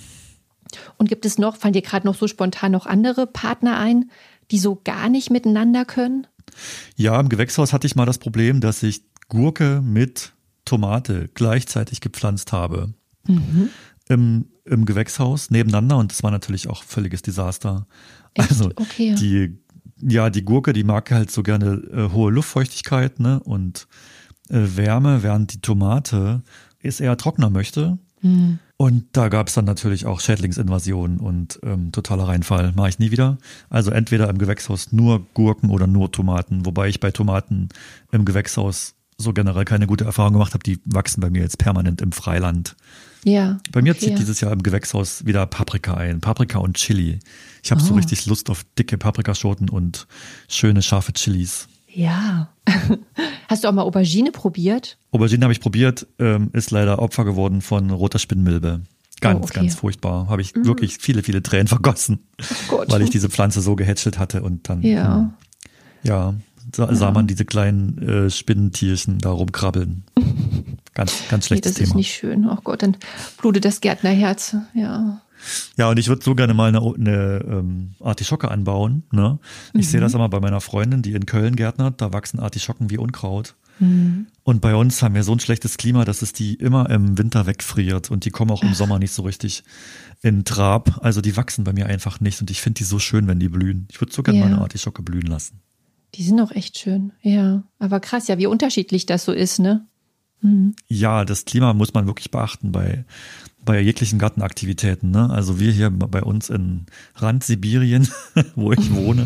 Und gibt es noch, fallen dir gerade noch so spontan noch andere Partner ein, die so gar nicht miteinander können? Ja, im Gewächshaus hatte ich mal das Problem, dass ich Gurke mit Tomate gleichzeitig gepflanzt habe. Mhm. Im, im Gewächshaus nebeneinander, und das war natürlich auch völliges Desaster. Echt? Also Okay. die, ja, die Gurke, die mag halt so gerne äh, hohe Luftfeuchtigkeit, ne, und äh, Wärme, während die Tomate es eher trockener möchte. Mhm. Und da gab es dann natürlich auch Schädlingsinvasionen und ähm, totaler Reinfall. Mache ich nie wieder. Also entweder im Gewächshaus nur Gurken oder nur Tomaten, wobei ich bei Tomaten im Gewächshaus so generell keine gute Erfahrung gemacht habe. Die wachsen bei mir jetzt permanent im Freiland. Ja. Bei mir okay. zieht dieses Jahr im Gewächshaus wieder Paprika ein. Paprika und Chili. Ich habe Oh. so richtig Lust auf dicke Paprikaschoten und schöne, scharfe Chilis. Ja. Hast du auch mal Aubergine probiert? Aubergine habe ich probiert, ähm, ist leider Opfer geworden von roter Spinnmilbe. Ganz, Oh, okay. ganz furchtbar. Habe ich wirklich viele, viele Tränen vergossen, Gott. weil ich diese Pflanze so gehätschelt hatte. Und dann Ja. hm, ja, sah, sah man diese kleinen äh, Spinnentierchen da rumkrabbeln. Ganz, ganz Nee, schlechtes das ist Thema. nicht schön. Oh Gott, dann blutet das Gärtnerherz. Ja. Ja, und ich würde so gerne mal eine, eine ähm, Artischocke anbauen. Ne? Ich Mhm. sehe das immer bei meiner Freundin, die in Köln gärtnert. Da wachsen Artischocken wie Unkraut. Mhm. Und bei uns haben wir so ein schlechtes Klima, dass es die immer im Winter wegfriert. Und die kommen auch im Sommer nicht so richtig in Trab. Also die wachsen bei mir einfach nicht. Und ich finde die so schön, wenn die blühen. Ich würde so gerne Ja. mal eine Artischocke blühen lassen. Die sind auch echt schön. Ja. Aber krass, ja, wie unterschiedlich das so ist, ne? Mhm. Ja, das Klima muss man wirklich beachten bei, bei jeglichen Gartenaktivitäten. Ne? Also wir hier bei uns in Randsibirien, wo ich wohne,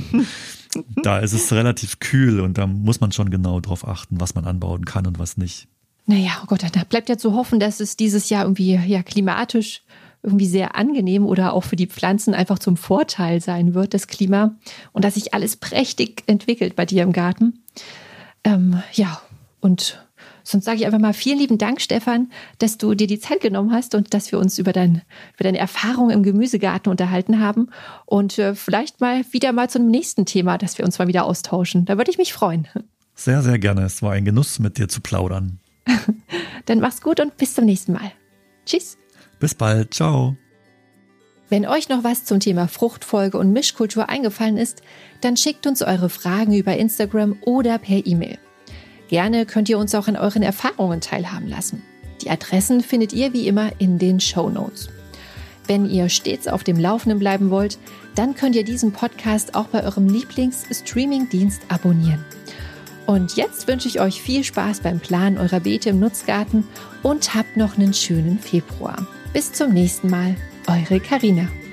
da ist es relativ kühl und da muss man schon genau drauf achten, was man anbauen kann und was nicht. Naja, oh Gott, da bleibt ja zu hoffen, dass es dieses Jahr irgendwie ja klimatisch irgendwie sehr angenehm oder auch für die Pflanzen einfach zum Vorteil sein wird, das Klima. Und dass sich alles prächtig entwickelt bei dir im Garten. Ähm, ja, und sonst sage ich einfach mal vielen lieben Dank, Stefan, dass du dir die Zeit genommen hast und dass wir uns über, dein, über deine Erfahrungen im Gemüsegarten unterhalten haben. Und äh, vielleicht mal wieder mal zu einem nächsten Thema, dass wir uns mal wieder austauschen. Da würde ich mich freuen. Sehr, sehr gerne. Es war ein Genuss, mit dir zu plaudern. Dann mach's gut und bis zum nächsten Mal. Tschüss. Bis bald. Ciao. Wenn euch noch was zum Thema Fruchtfolge und Mischkultur eingefallen ist, dann schickt uns eure Fragen über Instagram oder per E-Mail. Gerne könnt ihr uns auch an euren Erfahrungen teilhaben lassen. Die Adressen findet ihr wie immer in den Shownotes. Wenn ihr stets auf dem Laufenden bleiben wollt, dann könnt ihr diesen Podcast auch bei eurem Lieblings-Streaming-Dienst abonnieren. Und jetzt wünsche ich euch viel Spaß beim Planen eurer Beete im Nutzgarten und habt noch einen schönen Februar. Bis zum nächsten Mal, eure Carina.